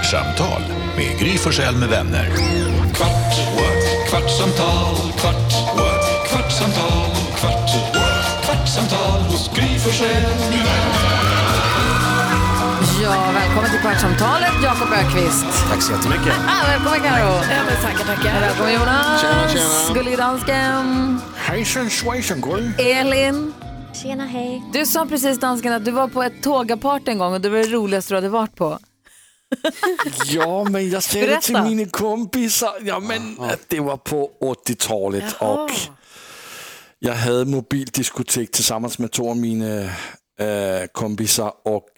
Kvartsamtal med Gry Forssell med vänner. Kvart, what? Kvartsamtal, kvart, what? Kvartsamtal, kvart, what? Kvartsamtal hos Gry Forssell med vänner. Ja, välkommen till Kvartsamtalet, Jakob Öqvist. Tack så jättemycket. Välkommen Karo. Ja, men tackar. Välkommen Jonas. Tjena. Gullige dansken. Hejsan svejsan gull. Elin. Tjena, hej. Du sa precis dansken att du var på ett tågapart en gång och det var det roligaste du hade varit på. Ja, men jag säger det till mina kompisar. Ja, men det var på 80-talet och jag hade mobildiskotek tillsammans med två av mina kompisar och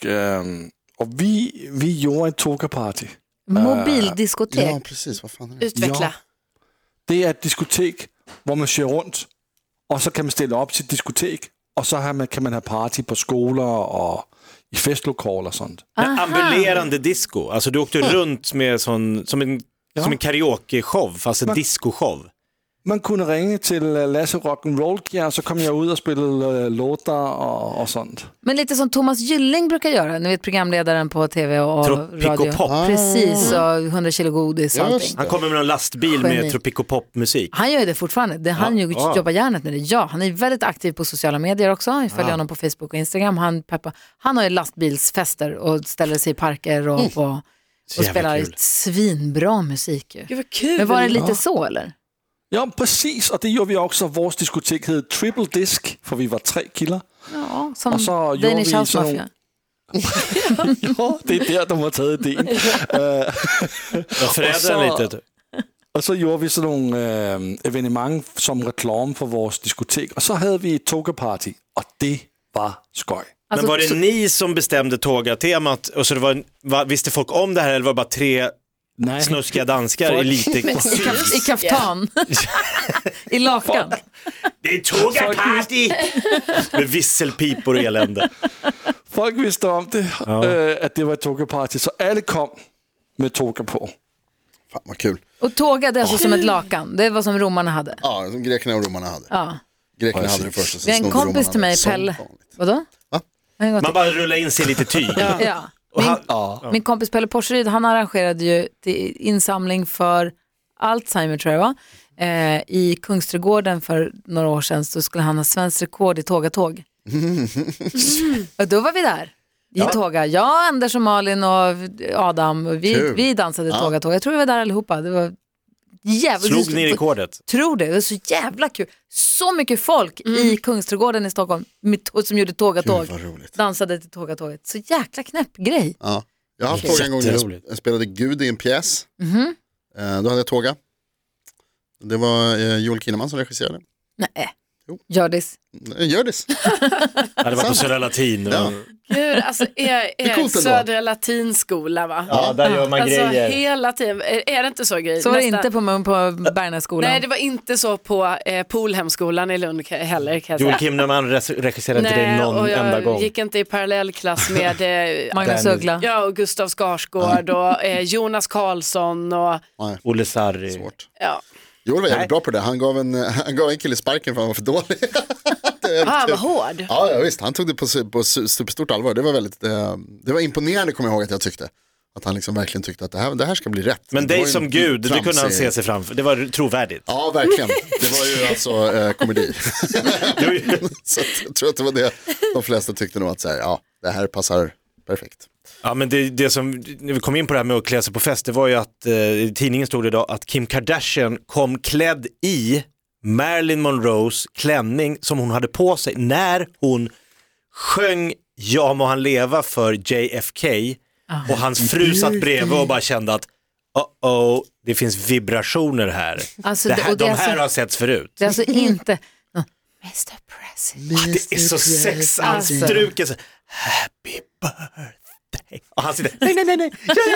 vi gjorde ett tågaparty. Mobildiskotek. Ja, precis. Vad fan är det? Utveckla. Ja. Det är ett diskotek där man kör runt och så kan man ställa upp sitt diskotek och så kan man ha party på skolor och i festlokaler och sånt. Ambulerande disco. Alltså du åkte runt med som en karaoke-show, fast en disco-show. Man kunde ringa till Lasse Rock'n'Roll, så kom jag ut och spelade låtar och sånt. Men lite som Thomas Gylling brukar göra, ni vet programledaren på tv och radio. Pop. Precis, och 100 kilo godis och allting. Han kommer med en lastbil med tropicopop-musik. Han gör ju det fortfarande. Han jobbar järnet med det. Ja, han är väldigt aktiv på sociala medier också. Jag följer honom på Facebook och Instagram. Han har ju lastbilsfester och ställer sig i parker och spelar svinbra musik. Gud, vad kul. Men var det lite så eller? Ja, precis. Och det gjorde vi också. Vårt diskotek hette Triple Disc, för vi var 3 killar. Ja, som och så Danish House Mafia. Ja, det är där de har tagit idén. Jag förädrar lite. Och så gjorde vi sådan evenemang som reklam för vårt diskotek. Och så hade vi ett tågaparty. Och det var skoj. Men var det ni som bestämde tågatemat? Och så det visste folk om det här eller var det bara 3 snuskiga danskar i kaftan? I lakan? Det är tågaparty! Med visselpipor och elände. Folk visste om det, att det var ett tågaparty. Så alla kom med tåga på. Fan vad kul. Och tåga, det är alltså som ett lakan. Det var som romarna hade. Ja, som grekerna och romarna hade. Ja. Grekerna hade det först. Vi har en kompis till mig, Pelle. Vadå? Man bara rullar in sig lite tyg. Min kompis Pelle Porseryd, han arrangerade ju till insamling för Alzheimer, tror jag, i Kungsträdgården för några år sedan. Så skulle han ha svensk rekord i tågatåg. Och då var vi där i tåga. Jag, Anders och Malin och Adam, vi dansade tågatåg. Jag tror vi var där allihopa. Det var jävligt. Slog ni rekordet? Tror det var så jävla kul. Så mycket folk i Kungsträdgården i Stockholm som gjorde tågatåg. Dansade till tågatåget. Så jäkla knäpp grej. Ja. Jag har haft tåga en gång när jag spelade Gud i en pjäs. Då hade jag tåga. Det var Joel Kinnaman som regisserade. Nej. Gördis. Det var på Södra Latin. Ja. Gud, alltså är Södra Latinskola, va? Ja, där gör man grejer. Hela tiden. Är det inte så grejer? Så var det inte på Bernaskolan. Nej, det var inte så på Polhemskolan i Lund heller. Joel Kinnaman regisserade inte det någon enda gång. Jag gick inte i parallellklass med Magnus Uggla. Ja, och Gustav Skarsgård och Jonas Karlsson och Olle Sarri. Svårt. Ja. Joel var jävligt bra på det. Han gav en kille sparken för att han var för dålig. Han var hård. Ja, visst. Han tog det på superstort allvar. Det var väldigt, det var imponerande, kommer jag ihåg att jag tyckte. Att han liksom verkligen tyckte att det här ska bli rätt. Men dig som gud, det kunde han se sig framför. Det var trovärdigt. Ja, verkligen. Det var ju alltså komedi. Så jag tror att det var det de flesta tyckte nog att säga. Ja, det här passar perfekt. Ja, men det som, när vi kom in på det här med att klä sig på fest, det var ju att i tidningen stod det idag att Kim Kardashian kom klädd i Marilyn Monroes klänning som hon hade på sig när hon sjöng Ja må han leva för JFK och hans fru satt bredvid och bara kände att det finns vibrationer här. Alltså, de här har setts förut. Det är alltså inte Mr. President. Det är så sexanstruket. Happy birthday. Och han sitter, nej.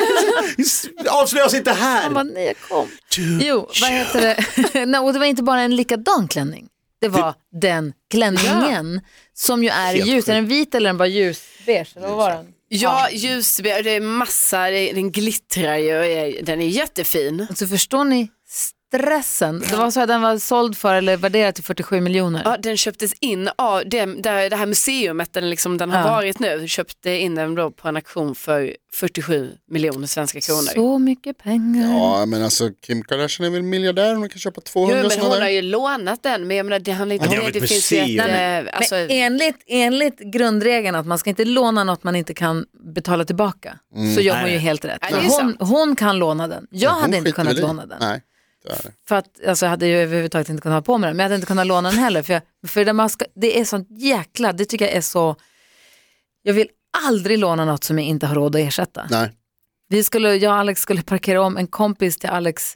Avslöja oss inte här. Han bara, nej, jag kom. Jo, vad heter det? Och det var inte bara en likadan klänning. Det var den klänningen som ju är ljus. Är den vit eller den bara ljusbeige? Eller vad var den? Ja, ljusbeige. Det är massa, den glittrar ju. Den är jättefin. Så förstår ni stressen. Det var så att den var såld för eller värderad till 47 miljoner. Ja, den köptes in av det här museumet den har varit nu. Köpte in den då på en auktion för 47 miljoner svenska kronor. Så mycket pengar. Ja, men alltså Kim Kardashian är väl miljardär, hon kan köpa 200 men sådana hon där. har ju lånat den, men jag menar, det handlar inte om det. Det finns ju enligt grundregeln att man ska inte låna något man inte kan betala tillbaka. Så gör man ju helt rätt. Hon kan låna den. Jag hade inte kunnat låna den. Nej. För att jag hade ju överhuvudtaget inte kunnat ha på mig den. Men jag hade inte kunnat låna den heller. Det är sånt jäkla, det tycker jag är så. Jag vill aldrig låna något som jag inte har råd att ersätta. Nej. Jag och Alex skulle parkera om en kompis till Alex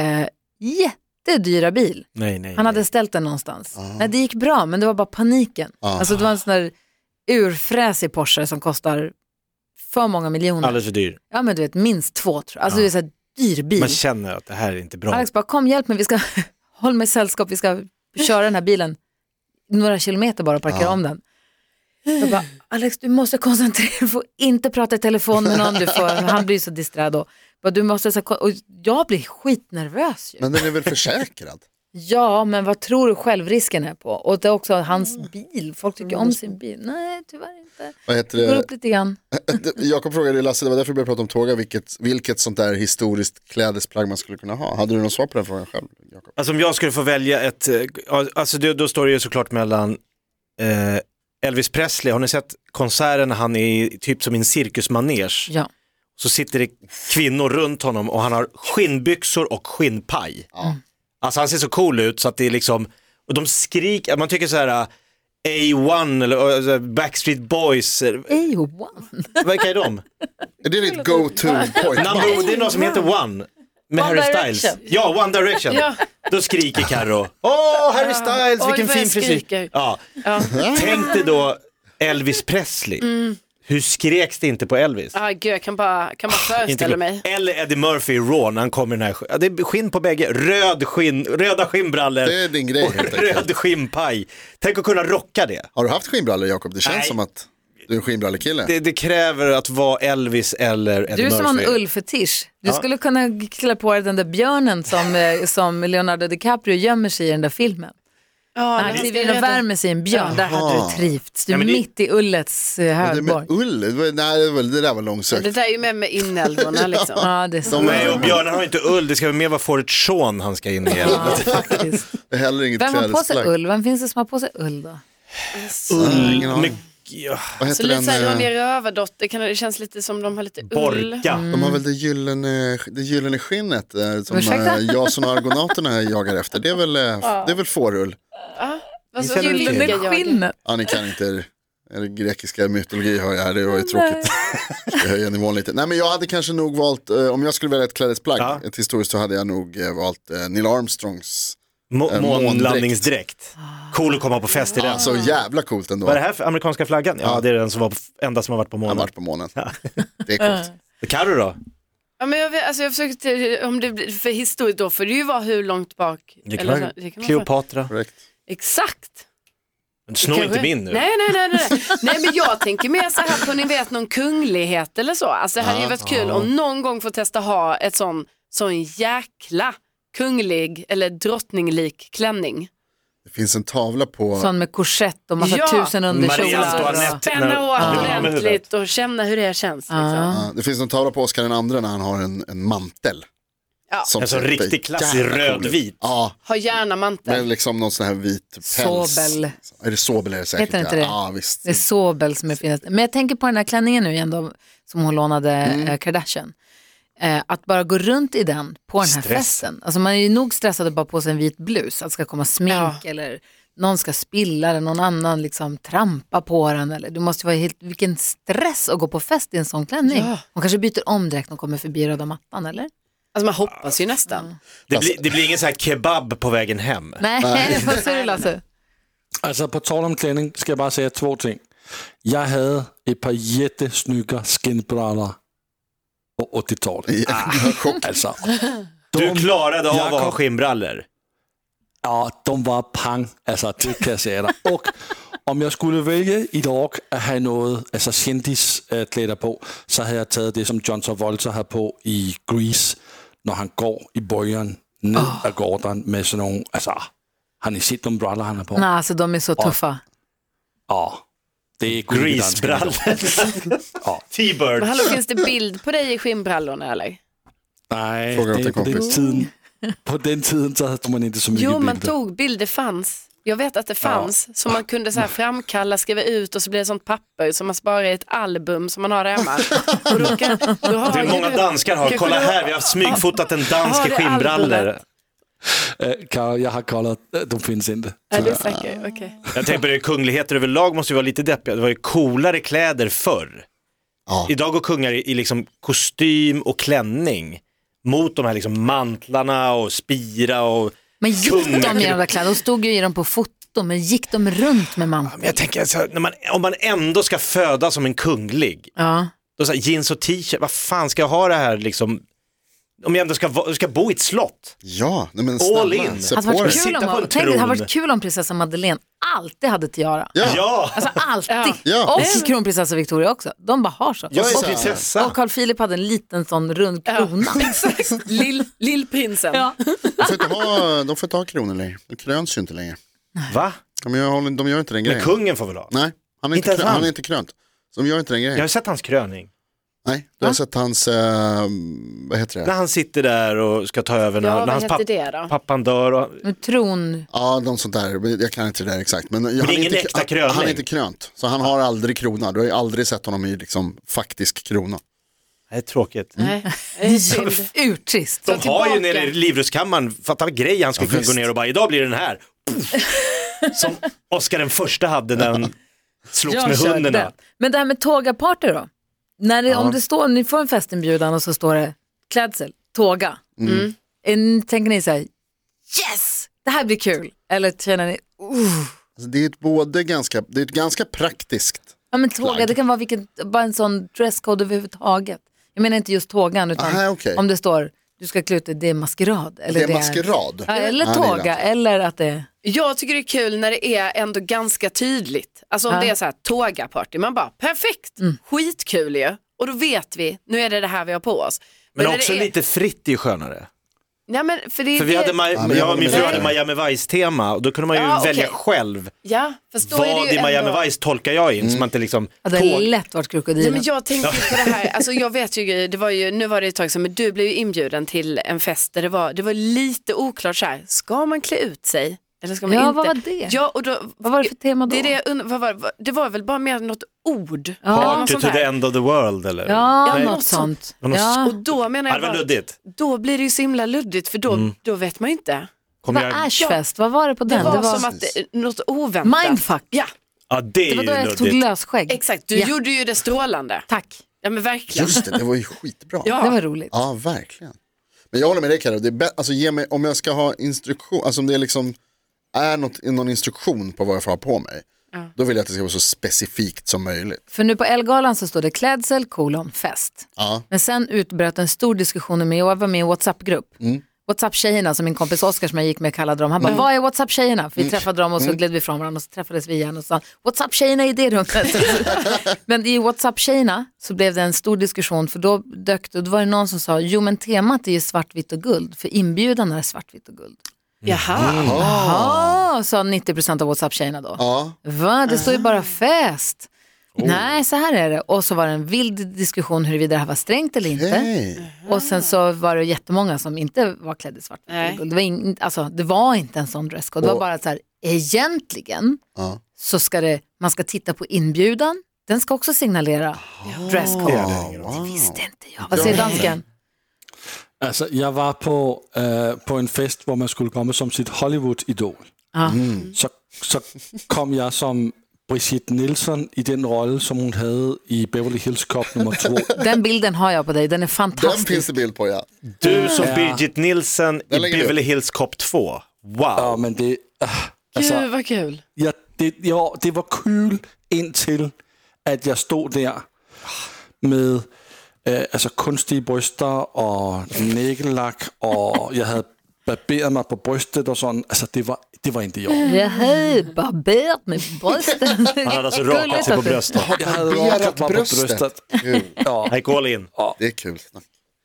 jättedyra bil. Nej. Han hade ställt den någonstans. Nej, det gick bra, men det var bara paniken. Alltså det var en sån där urfräsig Porsche som kostar för många miljoner. Alldeles för dyr. Ja, men du vet, minst 2 tror jag. Alltså det är så här dyr bil. Man känner att det här är inte bra. Alex bara, kom hjälp mig, vi ska hålla mig i sällskap, vi ska köra den här bilen några kilometer bara och parkera om den. Jag bara, Alex, du måste koncentrera dig, du får inte prata i telefon med någon, han blir så disträ då. Du måste, och jag blir skitnervös ju. Men den är väl försäkrad? Ja, men vad tror du självrisken är på? Och det är också hans bil, folk tycker om sin bil. Nej, tyvärr inte. Vad heter det? Går upp lite grann. Jakob frågade dig, Lasse, det var därför vi började prata om tåga, vilket sånt där historiskt klädesplagg man skulle kunna ha. Hade du någon svar på den frågan själv, Jakob? Alltså om jag skulle få välja ett, alltså då står det ju såklart mellan Elvis Presley, har ni sett konserten när han är typ som en cirkusmanege? Ja. Så sitter det kvinnor runt honom och han har skinnbyxor och skinnpaj. Alltså han ser så cool ut så att det är liksom, och de skriker, man tycker så här A1 eller Backstreet Boys. A1? Vilka är de? Är det ditt go-to point? Det är någon som heter One. Med Harry Styles. Ja, One Direction. Ja. Då skriker Karo. Harry Styles, vilken fin frisyr. Ja. Tänk dig då Elvis Presley. Hur skreks det inte på Elvis? Gud, jag kan bara föreställa mig. Eller Eddie Murphy i Ron, han kommer den här. Det är skinn på bägge. Röda skinnbrallor. Det är din grej. Röd skinnpaj. Tänk att kunna rocka det. Har du haft skinnbrallor, Jakob? Det känns som att du är en skinnbrallekille. Det kräver att vara Elvis eller Eddie Murphy. Du är som en ullfetisch. Du skulle kunna klä på dig den där björnen som Leonardo DiCaprio gömmer sig i den där filmen. Han kliver in och värmer sig i en björn. Där hade du trivts. Du är mitt i ullets högborg. Det där var långsökt. Det där är ju med inälvorna liksom. Ja, det är så. Och björnen har inte ull. Det ska vara mer vad får ett Sean han ska in i. Det är heller inget vem har på sig klädesplagg. ull? Vem finns det som har på sig ull då? Ull. Så lite såhär Ronja Rövardotter, det känns lite som de har lite ull. Borka. De har väl det gyllene skinnet som Jason och Argonaterna jagar efter. Det är väl fårull. Gyllene skinnet. Ja, ni kan inte grekiska mytologi hör jag här, det var ju tråkigt. Jag höjer nivån lite. Nej, men jag hade kanske nog valt, om jag skulle välja ett klädesplagg, ett historiskt, så hade jag nog valt Neil Armstrongs månlandningsdräkt. Cool att komma på fest i den. Så jävla coolt ändå. Vad är det här för amerikanska flaggan? Ja, det är den som var enda som har varit på månen. Han har varit på månen. Det är coolt. Kan du då? Ja, men jag försökte, om det blir för historiskt då, för det ju var hur långt bak. Det kan Kleopatra. Korrekt. Exakt. Snå inte min nu. Nej, men jag tänker mer så här på, ni vet, någon kunglighet eller så. Alltså det hade ju varit kul om någon gång få testa ha ett sån jäkla kunglig eller drottninglik klänning. Det finns en tavla på... Sån med korsett och massa tusen underkjolar. Spänna åt ordentligt och känna hur det känns. Liksom. Det finns en tavla på Oscar II när han har en mantel. En sån riktigt klassisk rödvit. Ja. Har gärna mantel. Men liksom någon sån här vit päls. Sobel. Är det Sobel är det säkert? Heter inte det? Ja, visst. Det är Sobel som är finast. Men jag tänker på den här klänningen nu igen då, som hon lånade Kardashian. Att bara gå runt i den på den här festen. Alltså man är ju nog stressad att bara på sig en vit blus. Att det ska komma smink eller någon ska spilla eller någon annan liksom trampa på den. Eller, du måste vara vilken stress att gå på fest i en sån klänning. Ja. Man kanske byter om direkt och kommer förbi röda mattan, eller? Alltså man hoppas ju nästan. Det blir ingen så här kebab på vägen hem. Nej, vad säger du, Lasse? Alltså på tal om klänning ska jag bara säga 2 ting. Jag hade ett par jättesnygga skinnbrallor på 80-talet. Alltså, du klarade av att ha skinnbrallor? Ja, de var pang. Alltså, det kan jag säga. Och om jag skulle välja idag att ha något kändiskläder på, så hade jag tagit det som John Travolta har på i Grease, när han går i början ned ad gården med sådan nogle, altså, har ni sett de brallor han har på? Nej, alltså de är så tuffa. Ja, det är Greasebrallor. T-birds. Men hallå, finns det bild på dig i skinnbrallorna eller? Nej, Frågar åt det en är kompis. på den tiden så hade man inte så mycket Jo, bilder. man tog bilder, fanns. Jag vet att det fanns, så man kunde så här framkalla, skriva ut och så blir det sånt papper som man sparar i ett album som man har hemma. Och då har Det är många danskar har. Kolla här, vi har smygfotat en dansk i skinnbrallor. Karo, jag har kollat, de finns inte. Ja, det är säkert, okej. Jag tänker på det, kungligheter överlag måste ju vara lite deppiga. Det var ju coolare kläder förr. Ja. Idag går kungar i liksom kostym och klänning mot de här liksom mantlarna och spira och Men gick de i de där kläderna? De stod ju i dem på foto, men gick de runt med mantel? Men jag tänker så här, om man ändå ska föda som en kunglig, då så här, jeans och t-shirt, vad fan ska jag ha det här liksom? Om jag ändå ska bo i ett slott. Ja, nej men All snälla, in. sätt Alltså, på varit det. kul Sitta på en om, tänk, det hade tron. varit kul om prinsessa Madeleine alltid hade tiara. Ja, Alltså alltid. Ja. Och kronprinsessa Victoria också. De bara har så. jag är så här. prinsessa. Och Carl Philip hade en liten sån rund krona. Lillprinsen. Ja. De får inte ha kronor längre. De kröns ju inte längre. Va? De gör inte den Men grejen. kungen får väl ha? Nej, han är Inte ens han. han är inte krönt. Så de gör inte den grejen. Jag har sett hans kröning. Nej, du har sett hans, vad heter När det? han sitter där och ska ta över Ja, när vad hans heter det då? pappan dör. Och... Med tron. Ja, de sånt där, jag kan inte det där exakt. Men, det är ingen äkta kröning. Han är inte krönt, så han har aldrig krona. Du har ju aldrig sett honom i liksom faktisk krona. Det är tråkigt. Nej, det är synd. Urtrist. De har ju nere i livrustkammaren, fatta vad grej han skulle kunna gå ner och bara, idag blir den här. Som Oscar den första hade när han slogs med hunden. den. Men det här med tågaparty då? När det, om det står, ni får en festinbjudan och så står det klädsel, tåga. Tänker ni så här, yes, det här blir kul. Eller känner ni, Alltså, det är ett ganska praktiskt. ja men tåga, det kan vara bara en sån dresscode överhuvudtaget. Jag menar inte just tågan, utan okej. om det står, du ska klä ut det är maskerad. Eller Det är maskerad. Ja, eller Ja, det tåga, gillar eller att det Jag tycker det är kul när det är ändå ganska tydligt. Alltså om det är så här tågaparty, man bara perfekt, skitkul ju. Och då vet vi, nu är det här vi har på oss. Men när också det är... lite fritt är ju skönare. Ja, men för det är För vi det... hade jag och min fru Nej. hade Miami Vice-tema och då kunde man ju Ja, välja okej. själv. Ja, fast då är det Vad ju i Miami ändå... Vice tolkar jag in, så man inte liksom hade tåg. lätt varit krokodilen. Ja, men jag tänkte på det här, alltså jag vet ju, nu var det ett tag sedan, men du blev ju inbjuden till en fest där det var lite oklart så här, ska man klä ut sig? Eller ska man inte? Vad var det? Ja, och då, Vad var det för tema då? Det, är det, jag undrar, det var väl bara mer något ord. Ja. Något Party sånt to här. the end of the world eller? Ja, Nej. något sånt. Något Ja. Och då menar Ja, jag det var bara, luddigt. då blir det ju så himla luddigt, för då vet man ju inte. Kommer Vad jag... Ashfest, vad var det på den? Det var som att något oväntat. Mindfuck. Ja, Ja, det Det är var ju då jag tog luddigt. lösskägg. exakt. Du gjorde ju det strålande. Tack, Ja, men verkligen. Just det var ju skitbra. Ja. det var roligt. Ja, verkligen. Men jag håller med dig Karo, alltså ge mig, om jag ska ha instruktion, alltså om det liksom är någon instruktion på vad jag får ha på mig, då vill jag att det ska vara så specifikt som möjligt. För nu på Elgalan så står det klädsel, fest. Ja. Men sen utbröt en stor diskussion med, och jag var med i en WhatsApp-grupp. WhatsApp-tjejerna som min kompis Oskar som jag gick med kallade dem. Han bara, vad är WhatsApp-tjejerna? För vi träffade dem och så gled vi från varandra och så träffades vi igen och sa, WhatsApp-tjejerna är det rummet. Men i WhatsApp-tjejerna så blev det en stor diskussion, för då var det någon som sa, jo men temat är ju svartvitt och guld, för inbjudan är svartvitt och guld. Jaha. Jaha, sa 90% av WhatsApp-tjejerna då. Ja. Va? Det står ju bara fest. Nej, så här är det. Och så var det en vild diskussion huruvida det här var strängt eller inte. Hej. Och sen så var det jättemånga som inte var klädda i svart. Nej. Det var inte en sån dresscode. Det var bara så här, egentligen så ska man ska titta på inbjudan. Den ska också signalera dresscode. Det visste inte jag. Vad säger dansken? Alltså, jag var på en fest, hvor man skulle komma som sitt Hollywood-idol. Så kom jag som Brigitte Nielsen i den roll som hon hade i Beverly Hills Cop nummer 2. Den bilden har jag på dig, den är Den fantastisk. finns det bild på, ja. Du som Birgit Nilsson i lägger vi Beverly Hills Cop 2. Wow. Ja, men det... Alltså, Gud vad kul. ja, det var kul indtil att jag stod där med alltså konstiga bröster och nägellack och jag hade barberat mig på bröstet och sånt. Alltså det var inte jag. Jag har barberat med brösten. Han hade alltså rakat sig på bröstet. Jag hade rakat mig på bröstet. bröstet. Kul. Ja. Jag gick all in. Det är kul.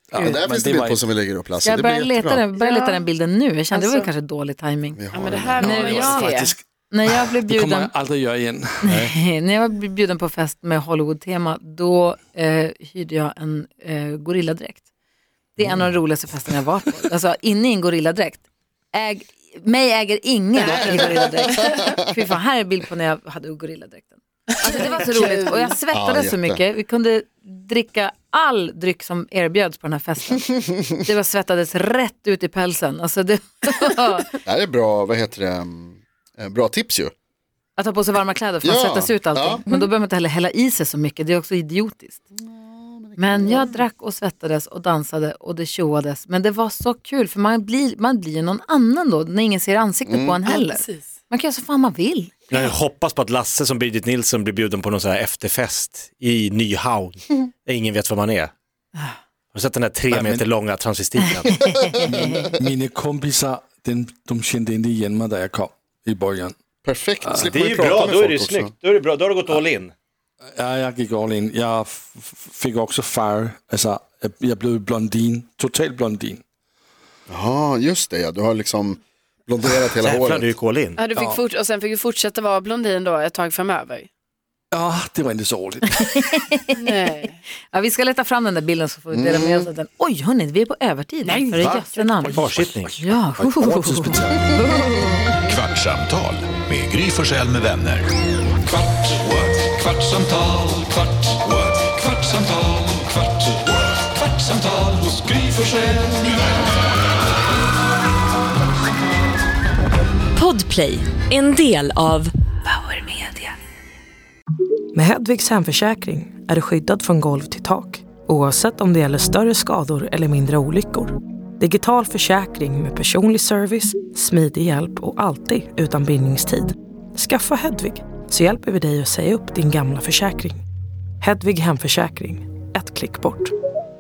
Ja, där finns det bild på som vi lägger upp, Lasse. Jag det börjar blir leta den bilden nu. Jag kände det var kanske dålig timing. Ja, men det här När jag blev Det bjuden... kommer jag aldrig göra igen. När jag var bjuden på fest med Hollywood-tema, då hyrde jag en gorilladräkt. Det är en av de roligaste festerna jag varit på. Alltså inne i en gorilladräkt. Mig äger ingen i gorilladräkt. Fy fan, här är bild på när jag hade gorilladräkten. Alltså det var så roligt och jag svettades så mycket. Vi kunde dricka all dryck som erbjöds på den här festen. Det var svettades rätt ut i pälsen. Alltså det här är bra, bra tips ju. Att ha på sig varma kläder för att svettas ut allting. Ja. Men då behöver man inte heller hälla i sig så mycket. Det är också idiotiskt. Men jag drack och svettades och dansade och det tjoades. Men det var så kul för man blir någon annan då när ingen ser ansiktet på en heller. Ja, man kan göra så fan man vill. Jag hoppas på att Lasse som Birgit Nilsson blir bjuden på någon så här efterfest i Nyhavn. Där ingen vet vad man är. Har du sett den här 3 meter långa transvestiten? Mina kompisar, de kände inte igen mig där jag kom i början. Perfekt. Det är ju bra, då är det snyggt. Då är det bra, då har du gått all in. Ja, jag gick all in. Jag fick också färg. Alltså, jag blev blondin. Total blondin. Ja, just det. Ja. Du har liksom blonderat hela håret. Du gick all in. Ja, du fick och sen fick du fortsätta vara blondin då ett tag framöver. Ja, det var inte så roligt. Nej. Ja, vi ska leta fram den där bilden så får vi dela med oss den. Oj, hörni, vi är på övertid. Nej, för det är jättenamn. Kvarsittning. Ja. Kvartsamtal med Gry Forssell med vänner. Kvart, what? Kvartsamtal, kvart, what? Kvartsamtal, kvart, what? Kvartsamtal hos Gry Forssell med vänner. Podplay, en del av Power Media. Med Hedvigs hemförsäkring är du skyddad från golv till tak, oavsett om det gäller större skador eller mindre olyckor. Digital försäkring med personlig service, smidig hjälp och alltid utan bindningstid. Skaffa Hedvig så hjälper vi dig att säga upp din gamla försäkring. Hedvig hemförsäkring, ett klick bort.